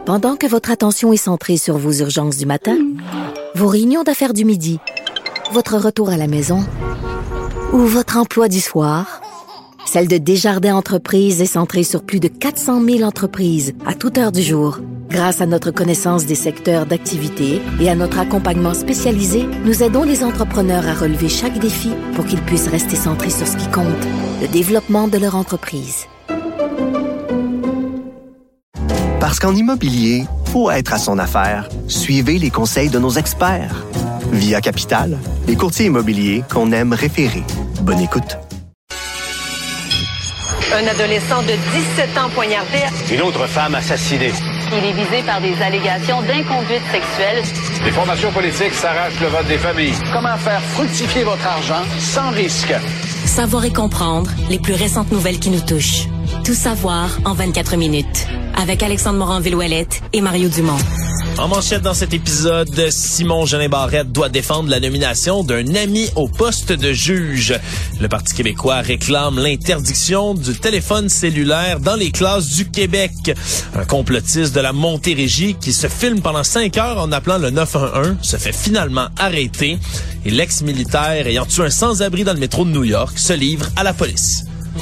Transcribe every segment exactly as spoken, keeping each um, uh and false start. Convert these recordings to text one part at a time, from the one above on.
Pendant que votre attention est centrée sur vos urgences du matin, vos réunions d'affaires du midi, votre retour à la maison ou votre emploi du soir, celle de Desjardins Entreprises est centrée sur plus de quatre cent mille entreprises à toute heure du jour. Grâce à notre connaissance des secteurs d'activité et à notre accompagnement spécialisé, nous aidons les entrepreneurs à relever chaque défi pour qu'ils puissent rester centrés sur ce qui compte, le développement de leur entreprise. Parce qu'en immobilier, faut être à son affaire. Suivez les conseils de nos experts. Via Capital, les courtiers immobiliers qu'on aime référer. Bonne écoute. Un adolescent de dix-sept ans poignardé. Une autre femme assassinée. Il est visé par des allégations d'inconduite sexuelle. Les formations politiques s'arrachent le vote des familles. Comment faire fructifier votre argent sans risque? Savoir et comprendre les plus récentes nouvelles qui nous touchent. Tout savoir en vingt-quatre minutes. Avec Alexandre Morin-Villouellette et Mario Dumont. En manchette dans cet épisode, Simon Jolin Barrette doit défendre la nomination d'un ami au poste de juge. Le Parti québécois réclame l'interdiction du téléphone cellulaire dans les classes du Québec. Un complotiste de la Montérégie qui se filme pendant cinq heures en appelant le neuf un un se fait finalement arrêter. Et l'ex-militaire ayant tué un sans-abri dans le métro de New York se livre à la police.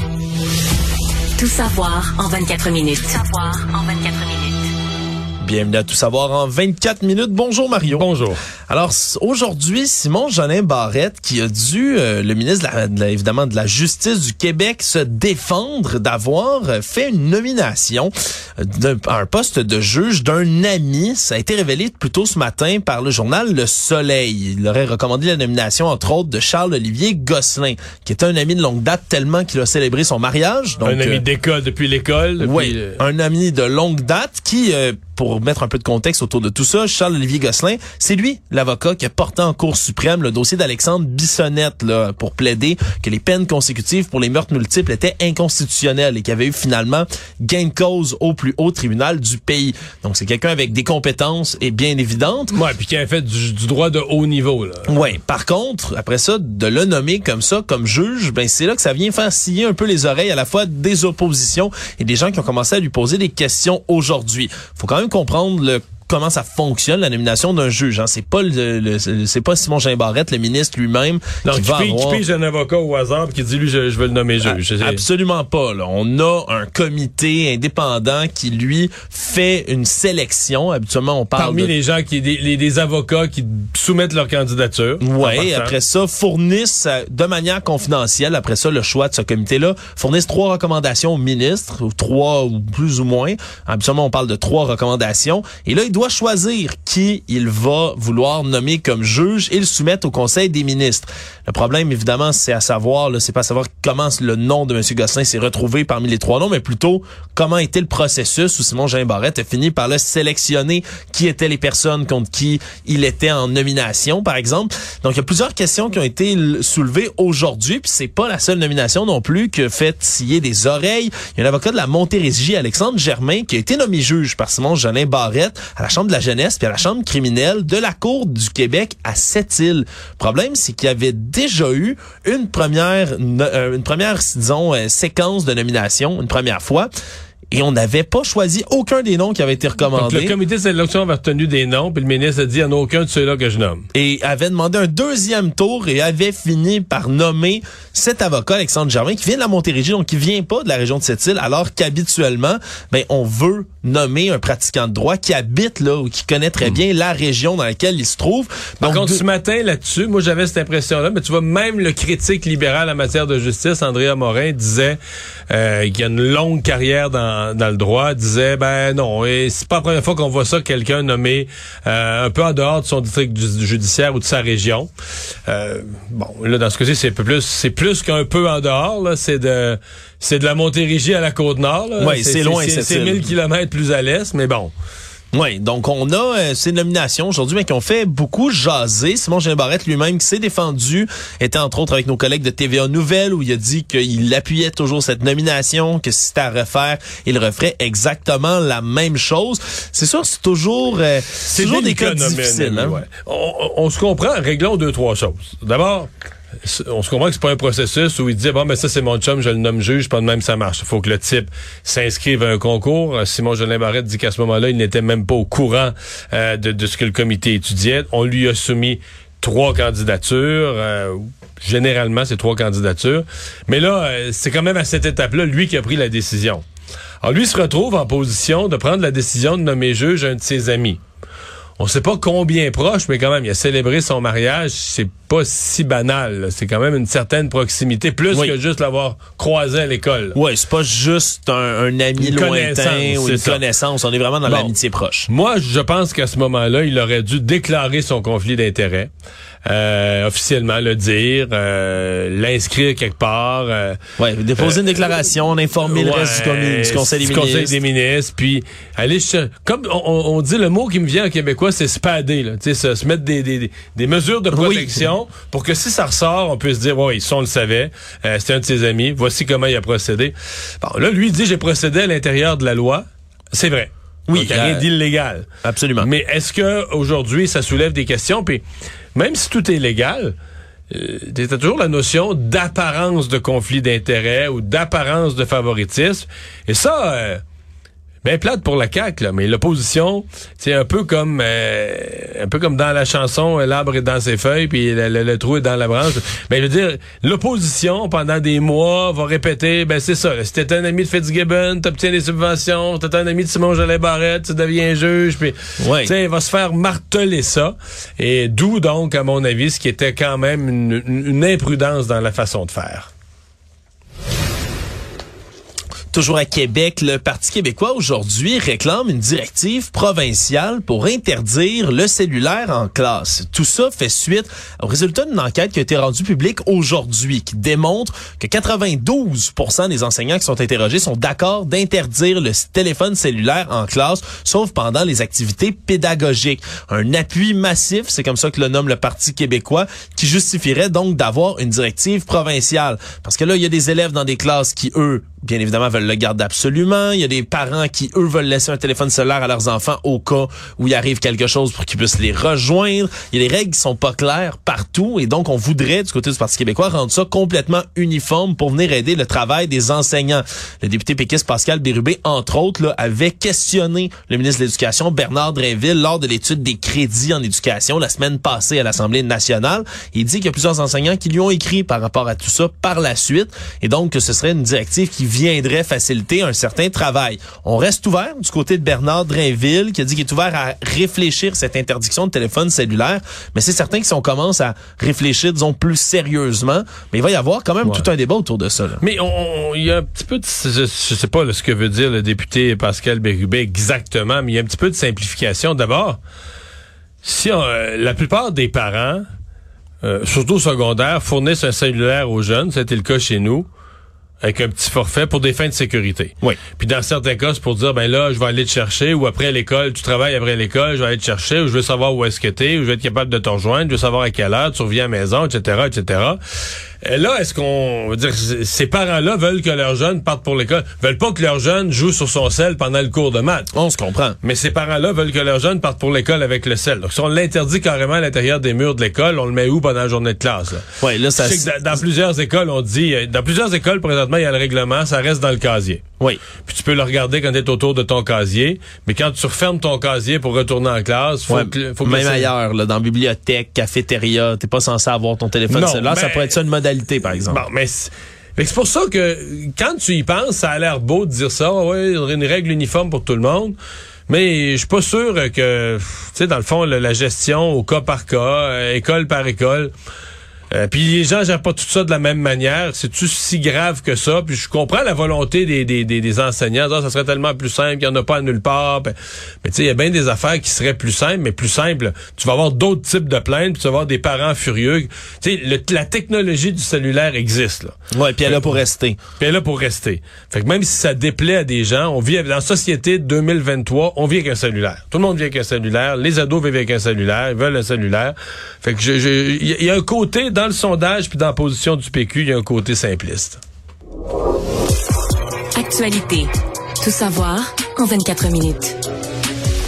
Tout savoir en vingt-quatre minutes. Tout savoir en vingt-quatre minutes. Bienvenue à Tout savoir en vingt-quatre minutes. Bonjour Mario. Bonjour. Alors aujourd'hui, Simon Jolin Barrette qui a dû, euh, le ministre de la, de la, évidemment de la Justice du Québec, se défendre d'avoir fait une nomination d'un un poste de juge d'un ami. Ça a été révélé plus tôt ce matin par le journal Le Soleil. Il aurait recommandé la nomination entre autres de Charles-Olivier Gosselin, qui est un ami de longue date tellement qu'il a célébré son mariage. Donc, un ami euh, d'école depuis l'école. Depuis oui, le... un ami de longue date qui... Euh, pour mettre un peu de contexte autour de tout ça, Charles-Olivier Gosselin, c'est lui, l'avocat, qui a porté en Cour suprême le dossier d'Alexandre Bissonnette là, pour plaider que les peines consécutives pour les meurtres multiples étaient inconstitutionnelles et qu'il y avait eu finalement gain de cause au plus haut tribunal du pays. Donc c'est quelqu'un avec des compétences et bien évidentes. Ouais, puis qui a fait du, du droit de haut niveau. Là. Ouais. Par contre, après ça, de le nommer comme ça, comme juge, ben c'est là que ça vient faire scier un peu les oreilles à la fois des oppositions et des gens qui ont commencé à lui poser des questions aujourd'hui. Faut quand même comprendre le comment ça fonctionne la nomination d'un juge. Hein. C'est pas le, le c'est pas Simon Jolin Barrette, le ministre lui-même, non, qui, qui va pige, avoir... qui pige un avocat au hasard et qui dit lui je, je veux le nommer juge. A, absolument pas. Là. On a un comité indépendant qui lui fait une sélection. Habituellement, on parle parmi de... les gens qui des, les, des avocats qui soumettent leur candidature. Ouais. Après ça, fournissent de manière confidentielle. Après ça, le choix de ce comité-là fournissent trois recommandations au ministre, ou trois ou plus ou moins. Habituellement, on parle de trois recommandations. Et là, il doit choisir qui il va vouloir nommer comme juge et le soumettre au Conseil des ministres. Le problème, évidemment, c'est à savoir, là, c'est pas à savoir comment le nom de M. Gosselin s'est retrouvé parmi les trois noms, mais plutôt comment était le processus où Simon Jolin Barrette a fini par le sélectionner, qui étaient les personnes contre qui il était en nomination, par exemple. Donc, il y a plusieurs questions qui ont été soulevées aujourd'hui, puis c'est pas la seule nomination non plus qui a fait scier des oreilles. Il y a un avocat de la Montérégie, Alexandre Germain, qui a été nommé juge par Simon Jolin Barrette à la Chambre de la jeunesse puis à la Chambre criminelle de la Cour du Québec à Sept-Îles. Le problème, c'est qu'il y avait déjà eu une première, une première, disons, séquence de nomination, une première fois. Et on n'avait pas choisi aucun des noms qui avaient été recommandés. Donc, le comité de sélection avait retenu des noms, puis le ministre a dit, il n'y en a aucun de ceux-là que je nomme. Et avait demandé un deuxième tour et avait fini par nommer cet avocat, Alexandre Germain, qui vient de la Montérégie, donc qui vient pas de la région de Sept-Îles, alors qu'habituellement, ben, on veut nommer un pratiquant de droit qui habite là, ou qui connaît très bien la région dans laquelle il se trouve. Par donc, contre, ce matin, là-dessus, moi, j'avais cette impression-là, mais tu vois, même le critique libéral en matière de justice, Andrea Morin, disait euh, qu'il y a une longue carrière dans, dans le droit, disait, ben non, et c'est pas la première fois qu'on voit ça, quelqu'un nommé euh, un peu en dehors de son district judiciaire ou de sa région. Euh, bon, là, dans ce cas-ci, c'est plus, c'est plus qu'un peu en dehors, là, c'est de... C'est de la Montérégie à la Côte-Nord. Oui, c'est, c'est loin, c'est, c'est mille kilomètres plus à l'est, mais bon. Oui, donc on a euh, ces nominations aujourd'hui, mais qui ont fait beaucoup jaser. Simon Jolin Barrette lui-même qui s'est défendu, était entre autres avec nos collègues de T V A Nouvelles, où il a dit qu'il appuyait toujours cette nomination, que si c'était à refaire, il referait exactement la même chose. C'est sûr, c'est toujours, euh, c'est toujours des cas difficiles. Hein? Ouais. On, on, on se comprend, réglons deux, trois choses. D'abord, on se comprend que c'est pas un processus où il dit bon, mais ça c'est mon chum, je le nomme juge, pas de même ça marche. Il faut que le type s'inscrive à un concours. Simon Jolin Barrette dit qu'à ce moment-là, il n'était même pas au courant euh, de, de ce que le comité étudiait. On lui a soumis trois candidatures. Euh, généralement, c'est trois candidatures. Mais là, euh, c'est quand même à cette étape-là, lui qui a pris la décision. Alors, lui se retrouve en position de prendre la décision de nommer juge un de ses amis. On sait pas combien proche, mais quand même, il a célébré son mariage. C'est pas si banal, là. C'est quand même une certaine proximité, plus oui. que juste l'avoir croisé à l'école. Oui, c'est pas juste un, un ami une lointain ou une ça. connaissance. On est vraiment dans bon. l'amitié proche. Moi, je pense qu'à ce moment-là, il aurait dû déclarer son conflit d'intérêts. Euh, officiellement le dire, euh, l'inscrire quelque part. Euh, ouais, déposer euh, une déclaration, en informer ouais, le reste du, commun, du Conseil des du ministres. Conseil des ministres, puis aller chercher, comme on, on dit, le mot qui me vient en québécois, c'est spader, là, tu sais, se, se mettre des, des, des mesures de protection oui. pour que si ça ressort, on puisse dire, ouais, on le savait, euh, c'était un de ses amis, voici comment il a procédé. Bon, là, lui, il dit, j'ai procédé à l'intérieur de la loi. C'est vrai. Oui, il n'y a rien d'illégal. Absolument. Mais est-ce que aujourd'hui ça soulève des questions? Puis même si tout est légal, euh, t'as toujours la notion d'apparence de conflit d'intérêt ou d'apparence de favoritisme. Et ça, euh, ben plate pour la C A Q, là, mais l'opposition, c'est un peu comme euh, un peu comme dans la chanson « L'arbre est dans ses feuilles, puis le, le, le trou est dans la branche ». Ben, je veux dire, l'opposition, pendant des mois, va répéter, ben c'est ça, là, si t'es un ami de Fitzgibbon, t'obtiens des subventions, t'es un ami de Simon Jolin Barrette, tu deviens juge, puis ouais. tu sais, il va se faire marteler ça. Et d'où donc, à mon avis, ce qui était quand même une, une imprudence dans la façon de faire. Toujours à Québec, le Parti québécois aujourd'hui réclame une directive provinciale pour interdire le cellulaire en classe. Tout ça fait suite au résultat d'une enquête qui a été rendue publique aujourd'hui, qui démontre que quatre-vingt-douze pour cent des enseignants qui sont interrogés sont d'accord d'interdire le téléphone cellulaire en classe, sauf pendant les activités pédagogiques. Un appui massif, c'est comme ça que le nomme le Parti québécois, qui justifierait donc d'avoir une directive provinciale. Parce que là, il y a des élèves dans des classes qui, eux, bien évidemment, veulent le garder absolument. Il y a des parents qui, eux, veulent laisser un téléphone cellulaire à leurs enfants au cas où il arrive quelque chose pour qu'ils puissent les rejoindre. Il y a des règles qui sont pas claires partout et donc on voudrait, du côté du Parti québécois, rendre ça complètement uniforme pour venir aider le travail des enseignants. Le député péquiste Pascal Bérubé, entre autres, là, avait questionné le ministre de l'Éducation, Bernard Drinville, lors de l'étude des crédits en éducation la semaine passée à l'Assemblée nationale. Il dit qu'il y a plusieurs enseignants qui lui ont écrit par rapport à tout ça par la suite et donc que ce serait une directive qui viendrait faciliter un certain travail. On reste ouvert du côté de Bernard Drinville qui a dit qu'il est ouvert à réfléchir cette interdiction de téléphone cellulaire, mais c'est certain que si on commence à réfléchir, disons, plus sérieusement, mais il va y avoir quand même ouais. tout un débat autour de ça. Là. Mais il y a un petit peu de, je, je sais pas là, ce que veut dire le député Pascal Bérubé exactement, mais il y a un petit peu de simplification. D'abord, si on, euh, la plupart des parents, euh, surtout au secondaire, fournissent un cellulaire aux jeunes, c'était le cas chez nous, avec un petit forfait pour des fins de sécurité. Oui. Puis dans certains cas, c'est pour dire, ben là, je vais aller te chercher, ou après l'école, tu travailles après l'école, je vais aller te chercher, ou je veux savoir où est-ce que t'es, ou je vais être capable de te rejoindre, je veux savoir à quelle heure tu reviens à la maison, et cetera, et cetera. Et là, est-ce qu'on veut dire, ces parents-là veulent que leurs jeunes partent pour l'école, veulent pas que leurs jeunes jouent sur son sel pendant le cours de maths. On se comprend. Mais ces parents-là veulent que leurs jeunes partent pour l'école avec le sel. Donc, si on l'interdit carrément à l'intérieur des murs de l'école, on le met où pendant la journée de classe, là? Ouais, là, ça. Je sais que dans, dans plusieurs écoles, on dit, dans plusieurs écoles, présentement, il y a le règlement, ça reste dans le casier. Oui. Puis tu peux le regarder quand tu es autour de ton casier, mais quand tu refermes ton casier pour retourner en classe, faut ouais, que faut que même ailleurs, là, dans bibliothèque, cafétéria, t'es pas censé avoir ton téléphone non, cellulaire, mais, ça pourrait être ça une modalité, par exemple. Bon, mais c'est, c'est pour ça que quand tu y penses, ça a l'air beau de dire ça, ouais, une règle uniforme pour tout le monde. Mais je suis pas sûr que, tu sais, dans le fond, la, la gestion au cas par cas, euh, école par école. Euh, puis les gens gèrent pas tout ça de la même manière. C'est-tu si grave que ça? Puis je comprends la volonté des, des, des, des enseignants. Ah, ça serait tellement plus simple, il n'y en a pas à nulle part. Puis, mais tu sais, il y a bien des affaires qui seraient plus simples, mais plus simples. Tu vas avoir d'autres types de plaintes, puis tu vas avoir des parents furieux. Tu sais, le, la technologie du cellulaire existe, là. Ouais, puis elle est là pour rester. Puis elle est là pour rester. Fait que même si ça déplaît à des gens, on vit dans la société deux mille vingt-trois, on vit avec un cellulaire. Tout le monde vit avec un cellulaire. Les ados vivent avec un cellulaire. Ils veulent un cellulaire. Fait que je, je, il y a un côté dans le sondage puis dans la position du P Q, il y a un côté simpliste. Actualité. Tout savoir en vingt-quatre minutes.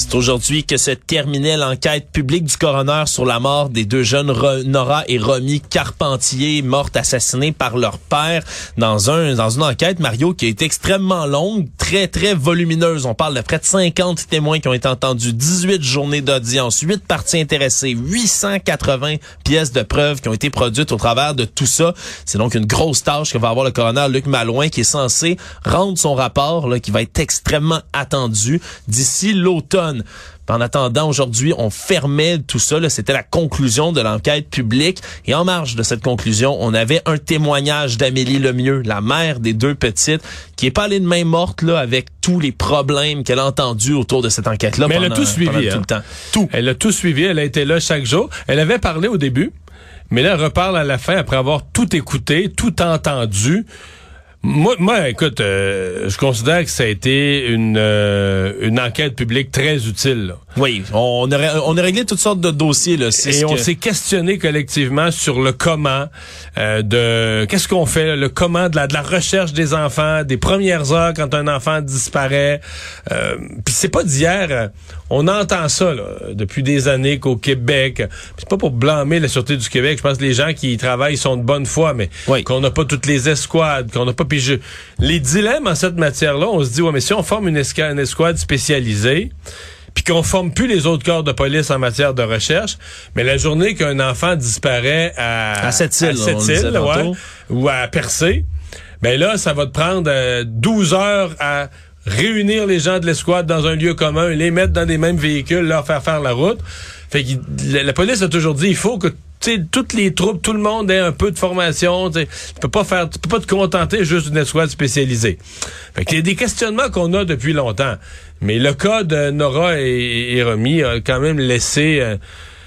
C'est aujourd'hui que se terminait l'enquête publique du coroner sur la mort des deux jeunes Ro- Nora et Romy Carpentier, mortes assassinées par leur père dans un dans une enquête, Mario, qui a été extrêmement longue, très, très volumineuse. On parle de près de cinquante témoins qui ont été entendus, dix-huit journées d'audience, huit parties intéressées, huit cent quatre-vingts pièces de preuves qui ont été produites au travers de tout ça. C'est donc une grosse tâche que va avoir le coroner Luc Malouin, qui est censé rendre son rapport, là, qui va être extrêmement attendu d'ici l'automne. En attendant, aujourd'hui, on fermait tout ça. Là, c'était la conclusion de l'enquête publique. Et en marge de cette conclusion, on avait un témoignage d'Amélie Lemieux, la mère des deux petites, qui est pas allée de main morte là avec tous les problèmes qu'elle a entendus autour de cette enquête-là. Mais pendant, elle a tout suivi, hein. tout le temps. Tout. Elle a tout suivi. Elle a été là chaque jour. Elle avait parlé au début, mais là, elle reparle à la fin après avoir tout écouté, tout entendu. Moi, moi, écoute, euh, je considère que ça a été une euh, une enquête publique très utile. Là. Oui, on a, on a réglé toutes sortes de dossiers. Là. C'est Et ce on que... s'est questionné collectivement sur le comment euh, de qu'est-ce qu'on fait, le comment de la de la recherche des enfants, des premières heures quand un enfant disparaît. Euh, Puis c'est pas d'hier. Euh, on entend ça là, depuis des années qu'au Québec. C'est pas pour blâmer la Sûreté du Québec. Je pense que les gens qui y travaillent sont de bonne foi, mais oui. qu'on n'a pas toutes les escouades, qu'on n'a pas puis je, les dilemmes en cette matière-là, on se dit ouais mais si on forme une, esca- une escouade spécialisée. Puis qu'on forme plus les autres corps de police en matière de recherche, mais la journée qu'un enfant disparaît à à Sept-Îles, à Sept-Îles ouais, ou à Percé, ben là, ça va te prendre euh, douze heures à réunir les gens de l'escouade dans un lieu commun, les mettre dans les mêmes véhicules, leur faire faire la route. Fait que la, la police a toujours dit, il faut que tu sais, toutes les troupes, tout le monde ait un peu de formation. Tu peux pas faire, tu peux pas te contenter juste d'une escouade spécialisée. Fait que il y a des questionnements qu'on a depuis longtemps. Mais le cas de Nora et, et Romy a quand même laissé euh,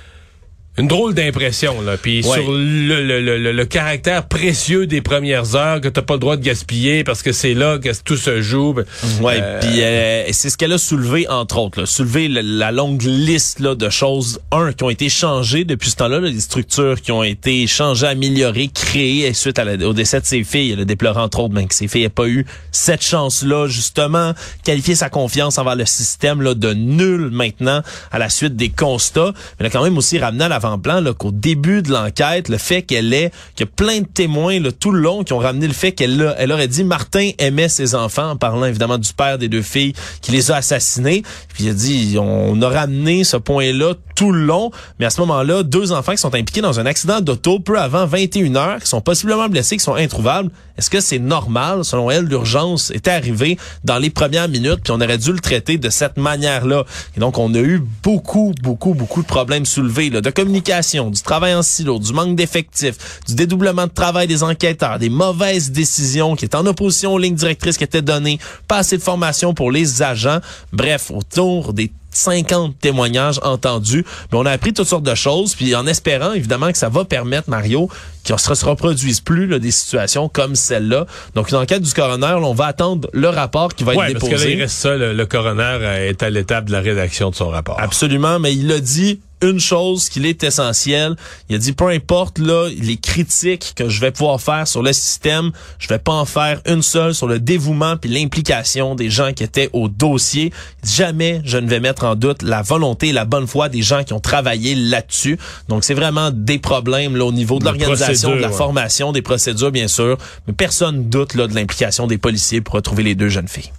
une drôle d'impression, là. Puis ouais. sur le, le, le, le caractère précieux des premières heures que t'as pas le droit de gaspiller parce que c'est là que tout se joue. Ouais, euh, puis euh, c'est ce qu'elle a soulevé entre autres, là, soulevé la, la longue liste là de choses un qui ont été changées depuis ce temps-là, là, des structures qui ont été changées, améliorées, créées suite à la, au décès de ses filles. Elle a déploré entre autres ben, que ses filles n'aient pas eu cette chance-là, justement, qualifier sa confiance envers le système là de nul maintenant à la suite des constats. Mais elle a quand même aussi ramené à l'avant plan là, qu'au début de l'enquête, le fait qu'elle ait, qu'il y a plein de témoins là, tout le long qui ont ramené le fait qu'elle a, elle aurait dit Martin aimait ses enfants, en parlant évidemment du père des deux filles qui les a assassinés. Puis il a dit, on a ramené ce point-là tout le long, mais à ce moment-là, deux enfants qui sont impliqués dans un accident d'auto peu avant vingt et une heures, qui sont possiblement blessés, qui sont introuvables. Est-ce que c'est normal? Selon elle, l'urgence était arrivée dans les premières minutes, puis on aurait dû le traiter de cette manière-là. Et donc, on a eu beaucoup, beaucoup, beaucoup de problèmes soulevés, là, de communication, du travail en silo, du manque d'effectifs, du dédoublement de travail des enquêteurs, des mauvaises décisions qui étaient en opposition aux lignes directrices qui étaient données, pas assez de formation pour les agents. Bref, autour des cinquante témoignages entendus. Mais on a appris toutes sortes de choses, puis en espérant évidemment que ça va permettre, Mario, qu'il ne se reproduise plus là, des situations comme celle-là. Donc une enquête du coroner, là, on va attendre le rapport qui va ouais, être déposé. Parce que là, il reste ça, le, le coroner est à l'étape de la rédaction de son rapport. Absolument, mais il a dit une chose qu'il est essentielle. Il a dit, peu importe là les critiques que je vais pouvoir faire sur le système, je vais pas en faire une seule sur le dévouement puis l'implication des gens qui étaient au dossier. Jamais je ne vais mettre en doute la volonté et la bonne foi des gens qui ont travaillé là-dessus. Donc c'est vraiment des problèmes là au niveau de l'organisation, de la ouais. formation, des procédures bien sûr, mais personne doute là de l'implication des policiers pour retrouver les deux jeunes filles.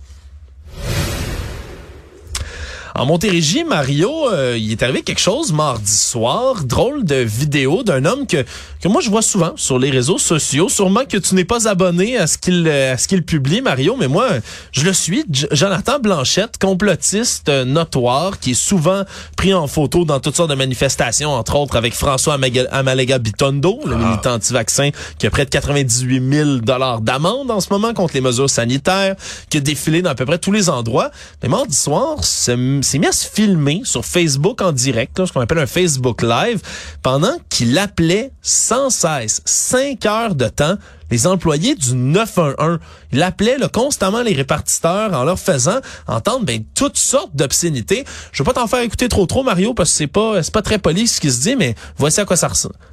En Montérégie, Mario, euh, il est arrivé quelque chose mardi soir, drôle de vidéo d'un homme que que moi je vois souvent sur les réseaux sociaux. Sûrement que tu n'es pas abonné à ce qu'il à ce qu'il publie, Mario, mais moi je le suis. J- Jonathan Blanchette, complotiste euh, notoire, qui est souvent pris en photo dans toutes sortes de manifestations, entre autres avec François Amaga- Amalega-Bitondo, le ah. militant anti-vaccin, qui a près de quatre-vingt-dix-huit mille dollars d'amende en ce moment contre les mesures sanitaires, qui a défilé dans à peu près tous les endroits. Mais mardi soir, c'est s'est mis à se filmer sur Facebook en direct, là, ce qu'on appelle un Facebook Live, pendant qu'il appelait sans cesse, cinq heures de temps, les employés du neuf un un. Il appelait là, constamment les répartiteurs en leur faisant entendre ben, toutes sortes d'obscénités. Je veux pas t'en faire écouter trop trop, Mario, parce que c'est pas, c'est pas très poli ce qui se dit, mais voici à quoi ça ressemble.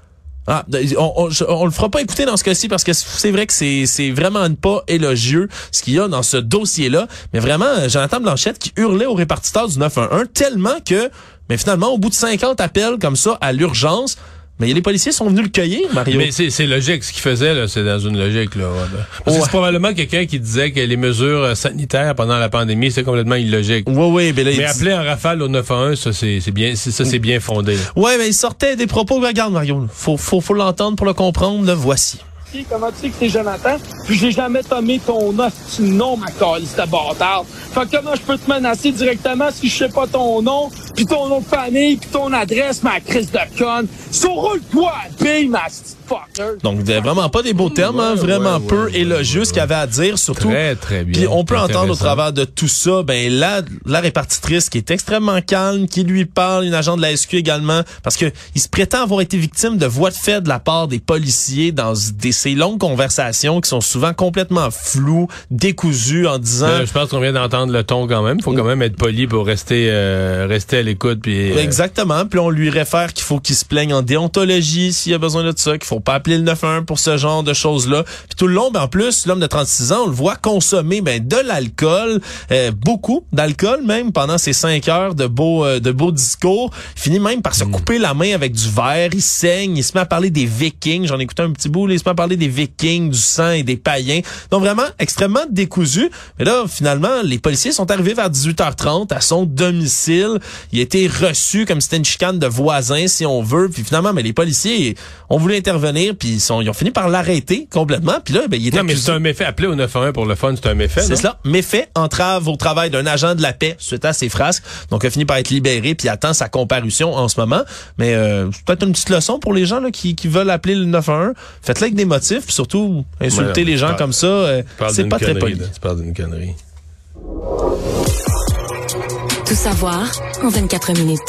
Ah, on, on, on le fera pas écouter dans ce cas-ci parce que c'est vrai que c'est c'est vraiment pas élogieux ce qu'il y a dans ce dossier-là. Mais vraiment, Jonathan Blanchette qui hurlait au répartiteur du neuf un un tellement que, mais finalement, au bout de cinquante appels comme ça à l'urgence, mais les policiers sont venus le cueillir, Mario. Mais c'est, c'est logique. Ce qu'il faisait, là, c'est dans une logique, là. Parce que ouais. C'est probablement quelqu'un qui disait que les mesures sanitaires pendant la pandémie, c'est complètement illogique. Oui, oui. Mais, là, mais appeler en rafale au neuf un un, ça, c'est, c'est bien, c'est, ça, c'est bien fondé. Oui, mais il sortait des propos. Regarde, Mario. Faut, faut, faut l'entendre pour le comprendre. Le voici. Comment tu sais que c'est Jonathan? Puis j'ai jamais tombé ton hostie nom, ma calisse de bâtard. Fait que comment je peux te menacer directement si je sais pas ton nom, puis ton nom de famille, puis ton adresse, ma crise de conne? Surroule-toi, bille, ma fucker. Donc, vraiment pas des beaux termes, hein, vraiment ouais, ouais, peu ouais, élogieux ouais, ce qu'il y avait à dire, surtout. Très, très bien. Puis on peut entendre au travers de tout ça, ben la, la répartitrice qui est extrêmement calme, qui lui parle, une agent de la S Q également, parce que il se prétend avoir été victime de voies de fait de la part des policiers dans des ces longues conversations qui sont souvent complètement floues, décousues en disant... Euh, je pense qu'on vient d'entendre le ton quand même. Faut quand même être poli pour rester euh, rester à l'écoute. Puis euh... Exactement. Puis on lui réfère qu'il faut qu'il se plaigne en déontologie s'il y a besoin de ça, qu'il faut pas appeler le neuf un un pour ce genre de choses-là. Puis tout le long, ben en plus, l'homme de trente-six ans, on le voit consommer ben de l'alcool, euh, beaucoup d'alcool même pendant ces cinq heures de beaux euh, de beaux discours. Il finit même par se mmh. couper la main avec du verre. Il saigne. Il se met à parler des Vikings. J'en ai écouté un petit bout. Là, il se met à parler des Vikings, du sang et des païens. Donc vraiment extrêmement décousu. Mais là, finalement, les policiers sont arrivés vers dix-huit heures trente à son domicile. Il a été reçu comme si c'était une chicane de voisins, si on veut. Puis finalement, mais les policiers ont voulu intervenir, puis ils, sont, ils ont fini par l'arrêter complètement. Puis là, ben, il était non, mais c'est un méfait. Appeler au neuf un un pour le fun, c'est un méfait. C'est cela. Méfait, entrave au travail d'un agent de la paix suite à ses frasques. Donc, il a fini par être libéré, puis attend sa comparution en ce moment. Mais euh, c'est peut-être une petite leçon pour les gens là, qui, qui veulent appeler le neuf un un. Faites-le avec des motifs, puis surtout, insulter ouais, les gens parle, comme ça, euh, c'est pas très poli. Tu parles d'une connerie. Tout savoir en vingt-quatre minutes.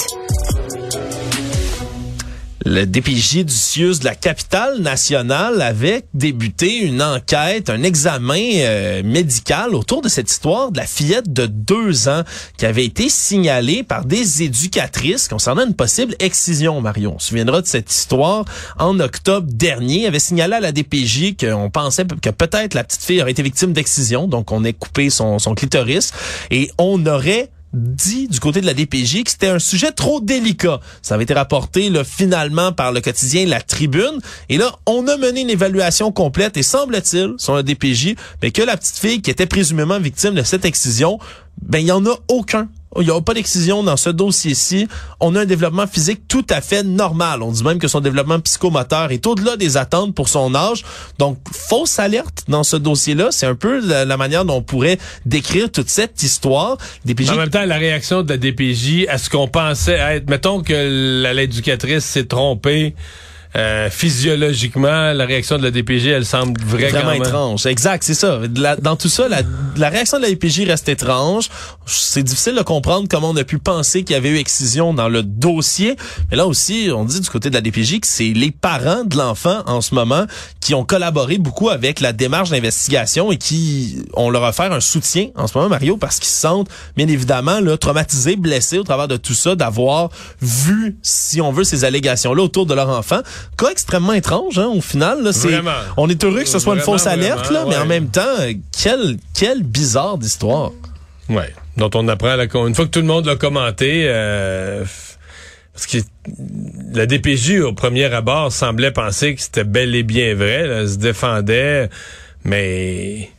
Le D P J du C I U S de la capitale nationale avait débuté une enquête, un examen euh, médical autour de cette histoire de la fillette de deux ans qui avait été signalée par des éducatrices concernant une possible excision, Marion. On se souviendra de cette histoire en octobre dernier. Elle avait signalé à la D P J qu'on pensait que peut-être la petite fille aurait été victime d'excision, donc on a coupé son, son clitoris et on aurait dit du côté de la D P J que c'était un sujet trop délicat. Ça avait été rapporté là, finalement par le quotidien La Tribune. Et là, on a mené une évaluation complète et semble-t-il, sur la D P J, ben, que la petite fille qui était présumément victime de cette excision, ben il y en a aucun. Il n'y a pas d'excision dans ce dossier-ci. On a un développement physique tout à fait normal. On dit même que son développement psychomoteur est au-delà des attentes pour son âge. Donc, fausse alerte dans ce dossier-là. C'est un peu la, la manière dont on pourrait décrire toute cette histoire. D P J... En même temps, la réaction de la D P J à ce qu'on pensait être... Mettons que la, l'éducatrice s'est trompée. Euh, physiologiquement, la réaction de la D P J, elle semble vraie vraiment quand même. étrange. Exact, c'est ça. La, dans tout ça, la, la réaction de la D P J reste étrange. C'est difficile de comprendre comment on a pu penser qu'il y avait eu excision dans le dossier. Mais là aussi, on dit du côté de la D P J que c'est les parents de l'enfant en ce moment qui ont collaboré beaucoup avec la démarche d'investigation et qui ont leur offert un soutien en ce moment, Mario, parce qu'ils se sentent bien évidemment là, traumatisés, blessés au travers de tout ça, d'avoir vu, si on veut, ces allégations-là autour de leur enfant. Cas extrêmement étrange, hein, au final. Là, c'est, on est heureux que ce soit vraiment, une fausse alerte, vraiment, là, ouais. Mais en même temps, quelle, quelle bizarre d'histoire. Ouais, dont on apprend, là, une fois que tout le monde l'a commenté, euh, parce que la D P J, au premier abord, semblait penser que c'était bel et bien vrai, là, elle se défendait, mais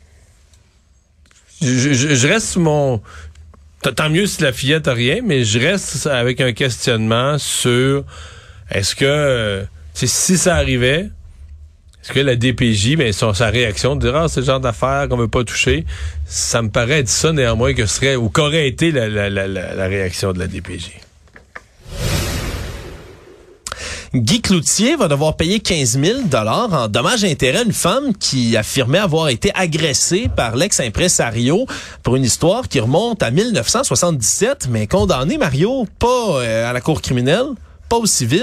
je, je, je reste sur mon... Tant mieux si la fillette a rien, mais je reste avec un questionnement sur est-ce que... C'est si ça arrivait, est-ce que la D P J, ben, son, sa réaction de dire, ah, c'est le genre d'affaires qu'on veut pas toucher, ça me paraît être ça néanmoins que serait, ou qu'aurait été la, la, la, la réaction de la D P J. Guy Cloutier va devoir payer quinze mille dollars en dommages et intérêts à une femme qui affirmait avoir été agressée par l'ex-impresario pour une histoire qui remonte à mille neuf cent soixante-dix-sept, mais condamnée, Mario, pas euh, à la cour criminelle, pas au civil,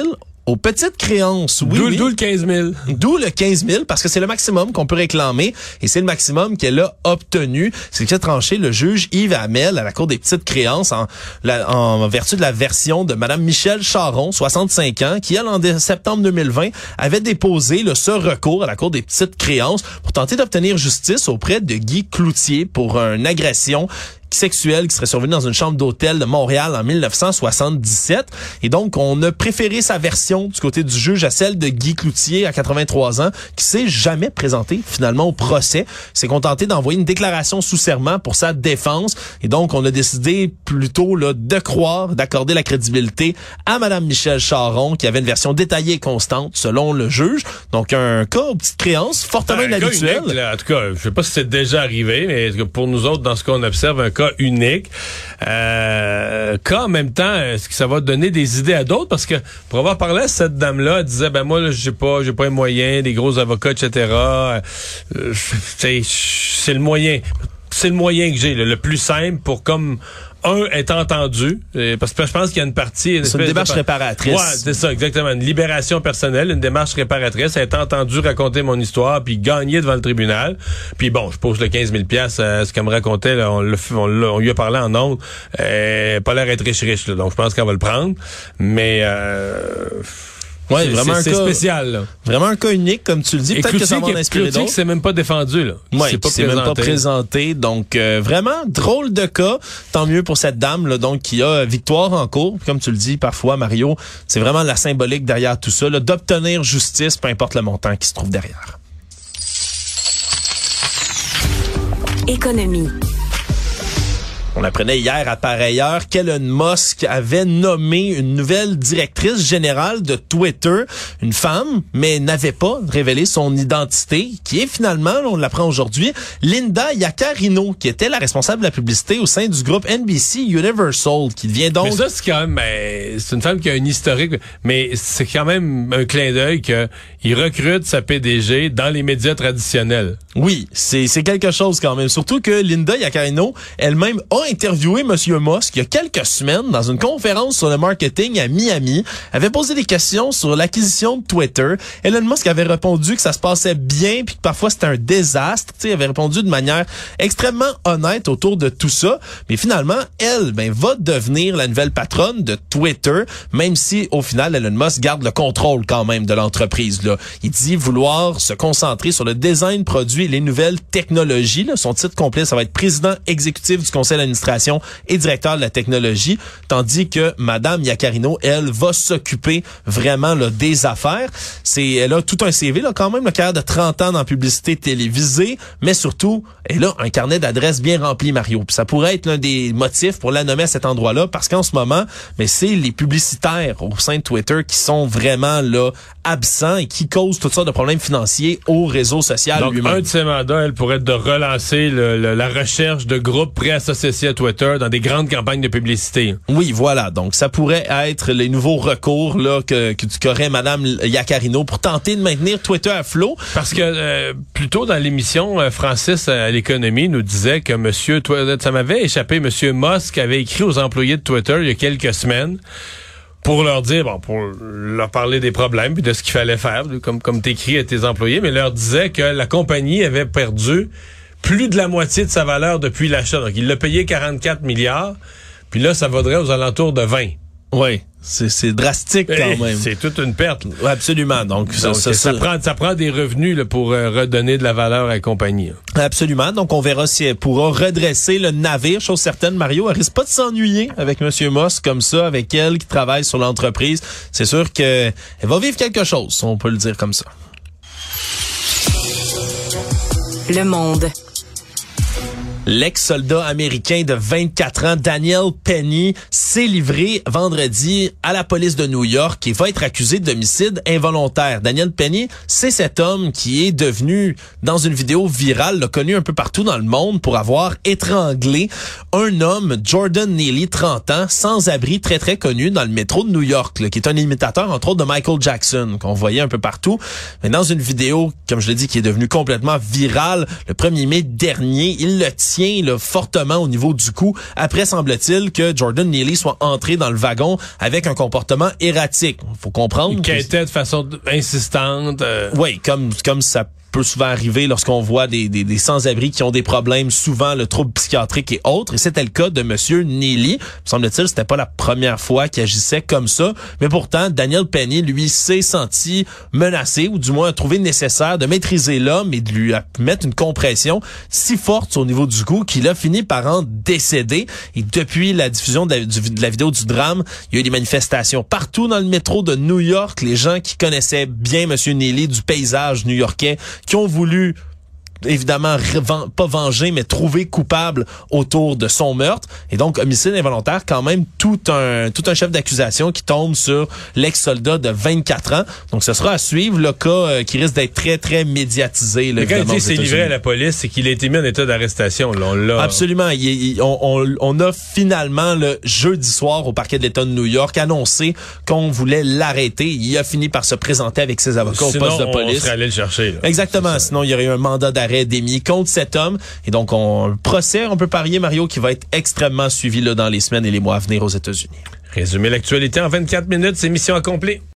aux petites créances. Oui, d'où, oui. d'où le quinze mille. D'où le quinze mille, parce que c'est le maximum qu'on peut réclamer et c'est le maximum qu'elle a obtenu. C'est ce qu'a tranché le juge Yves Hamel à la Cour des petites créances en, la, en vertu de la version de Madame Michèle Charon, soixante-cinq ans, qui, elle, en septembre deux mille vingt, avait déposé là, ce recours à la Cour des petites créances pour tenter d'obtenir justice auprès de Guy Cloutier pour une agression sexuelle qui serait survenue dans une chambre d'hôtel de Montréal en mille neuf cent soixante-dix-sept. Et donc, on a préféré sa version du côté du juge à celle de Guy Cloutier, à quatre-vingt-trois ans, qui s'est jamais présenté finalement au procès. Il s'est contenté d'envoyer une déclaration sous serment pour sa défense. Et donc, on a décidé plutôt là de croire, d'accorder la crédibilité à Madame Michèle Charon, qui avait une version détaillée et constante, selon le juge. Donc, un cas aux petites créances fortement un inhabituel. Unique, là, en tout cas, je sais pas si c'est déjà arrivé, mais pour nous autres, dans ce qu'on observe, un cas unique. Euh, cas en même temps, est-ce que ça va donner des idées à d'autres? Parce que pour avoir parlé à cette dame-là, elle disait, ben moi, là, j'ai pas, j'ai pas les moyens, des gros avocats, et cetera. Euh, c'est, c'est le moyen. C'est le moyen que j'ai, là, le plus simple pour comme un être entendu, parce que je pense qu'il y a une partie... Une c'est une démarche de... réparatrice. Ouais, c'est ça, exactement. Une libération personnelle, une démarche réparatrice, être entendu raconter mon histoire, puis gagner devant le tribunal. Puis bon, je pose le quinze mille piastres, euh, ce qu'elle me racontait, là, on, l'a, on, l'a, on lui a parlé en ondes, euh, pas l'air d'être riche-riche, là, donc je pense qu'elle va le prendre. Mais... Euh, Ouais, c'est, vraiment c'est, un c'est cas spécial, là. Vraiment un cas unique, comme tu le dis. Et Peut-être Cloutier, que ça va en inspirer Cloutier d'autres. qui s'est même pas défendu, là. Oui, qui qui s'est même pas présenté. Donc, euh, vraiment, drôle de cas. Tant mieux pour cette dame, là, donc, qui a victoire en cours. Comme tu le dis, parfois, Mario, c'est vraiment la symbolique derrière tout ça, là, d'obtenir justice, peu importe le montant qui se trouve derrière. Économie. On apprenait hier à pareille heure qu'Elon Musk avait nommé une nouvelle directrice générale de Twitter, une femme, mais n'avait pas révélé son identité, qui est finalement, on l'apprend aujourd'hui, Linda Yaccarino, qui était la responsable de la publicité au sein du groupe N B C Universal, qui devient donc... Mais ça, c'est quand même... Ben, c'est une femme qui a un historique, mais c'est quand même un clin d'œil qu'il recrute sa P D G dans les médias traditionnels. Oui, c'est, c'est quelque chose quand même. Surtout que Linda Yaccarino, elle-même, a interviewé Monsieur Musk il y a quelques semaines dans une conférence sur le marketing à Miami, avait posé des questions sur l'acquisition de Twitter. Elon Musk avait répondu que ça se passait bien puis que parfois c'était un désastre. Tu sais, il avait répondu de manière extrêmement honnête autour de tout ça. Mais finalement, elle, ben, va devenir la nouvelle patronne de Twitter, même si au final, Elon Musk garde le contrôle quand même de l'entreprise, là. Il dit vouloir se concentrer sur le design produit et les nouvelles technologies, là. Son titre complet, ça va être président exécutif du conseil d'administration et directeur de la technologie, tandis que Madame Yaccarino, elle, va s'occuper vraiment là, des affaires. C'est, elle a tout un C V là, quand même, le carrière de trente ans dans la publicité télévisée, mais surtout, elle a un carnet d'adresses bien rempli, Mario. Puis ça pourrait être l'un des motifs pour la nommer à cet endroit-là, parce qu'en ce moment, mais c'est les publicitaires au sein de Twitter qui sont vraiment là absents et qui causent toutes sortes de problèmes financiers au réseau social Donc, lui-même. un de ses mandats, elle pourrait être de relancer le, le, la recherche de groupes préassociés à Twitter dans des grandes campagnes de publicité. Oui, voilà. Donc, ça pourrait être les nouveaux recours là que, que qu'aurait Madame Yaccarino pour tenter de maintenir Twitter à flot. Parce que euh, plus tôt dans l'émission, euh, Francis à l'économie nous disait que Monsieur Twitter, ça m'avait échappé, Monsieur Musk avait écrit aux employés de Twitter il y a quelques semaines pour leur dire, bon, pour leur parler des problèmes puis de ce qu'il fallait faire, comme comme t'écris à tes employés, mais leur disait que la compagnie avait perdu plus de la moitié de sa valeur depuis l'achat. Donc, il l'a payé quarante-quatre milliards, puis là, ça vaudrait aux alentours de vingt. Oui, c'est, c'est drastique quand hey, même. C'est toute une perte. Ouais, absolument. Donc, ça, Donc ça, ça, ça, prend, ça prend des revenus là, pour euh, redonner de la valeur à la compagnie. Hein. Absolument. Donc, on verra si elle pourra redresser le navire. Chose certaine, Mario, elle risque pas de s'ennuyer avec Monsieur Musk comme ça, avec elle qui travaille sur l'entreprise. C'est sûr qu'elle va vivre quelque chose, on peut le dire comme ça. Le Monde. L'ex-soldat américain de vingt-quatre ans, Daniel Penny, s'est livré vendredi à la police de New York et va être accusé d'homicide involontaire. Daniel Penny, c'est cet homme qui est devenu, dans une vidéo virale, là, connu un peu partout dans le monde pour avoir étranglé un homme, Jordan Neely, trente ans, sans abri, très très connu dans le métro de New York, là, qui est un imitateur, entre autres, de Michael Jackson, qu'on voyait un peu partout. Mais dans une vidéo, comme je l'ai dit, qui est devenue complètement virale, le premier mai dernier, il le tient tient là, fortement au niveau du cou, après semble-t-il que Jordan Neely soit entré dans le wagon avec un comportement erratique. Faut comprendre. Il quêtait de façon insistante. Euh... Oui, comme, comme ça peut souvent arriver lorsqu'on voit des, des, des sans-abri qui ont des problèmes, souvent le trouble psychiatrique et autres. Et c'était le cas de Monsieur Neely. Me semble-t-il, c'était pas la première fois qu'il agissait comme ça. Mais pourtant, Daniel Penny, lui, s'est senti menacé, ou du moins a trouvé nécessaire de maîtriser l'homme et de lui mettre une compression si forte au niveau du cou qu'il a fini par en décéder. Et depuis la diffusion de la, du, de la vidéo du drame, il y a eu des manifestations partout dans le métro de New York. Les gens qui connaissaient bien Monsieur Neely du paysage new-yorkais, qui ont voulu évidemment revan- pas venger, mais trouver coupable autour de son meurtre. Et donc, homicide involontaire, quand même, tout un tout un chef d'accusation qui tombe sur l'ex-soldat de vingt-quatre ans. Donc, ce sera à suivre, le cas euh, qui risque d'être très, très médiatisé. Là, mais quand il dit c'est livré à la police, c'est qu'il a été mis en état d'arrestation. Là, on l'a... Absolument. Il, il, on, on, on a finalement, le jeudi soir, au parquet de l'État de New York, annoncé qu'on voulait l'arrêter. Il a fini par se présenter avec ses avocats Sinon, au poste de police. on serait allé le chercher. Là. Exactement. Sinon, il y aurait eu un mandat d'arrêt d'émis contre cet homme. Et donc, on le procès, on peut parier, Mario, qui va être extrêmement suivi là, dans les semaines et les mois à venir aux États-Unis. Résumer l'actualité en vingt-quatre minutes, c'est mission accomplie.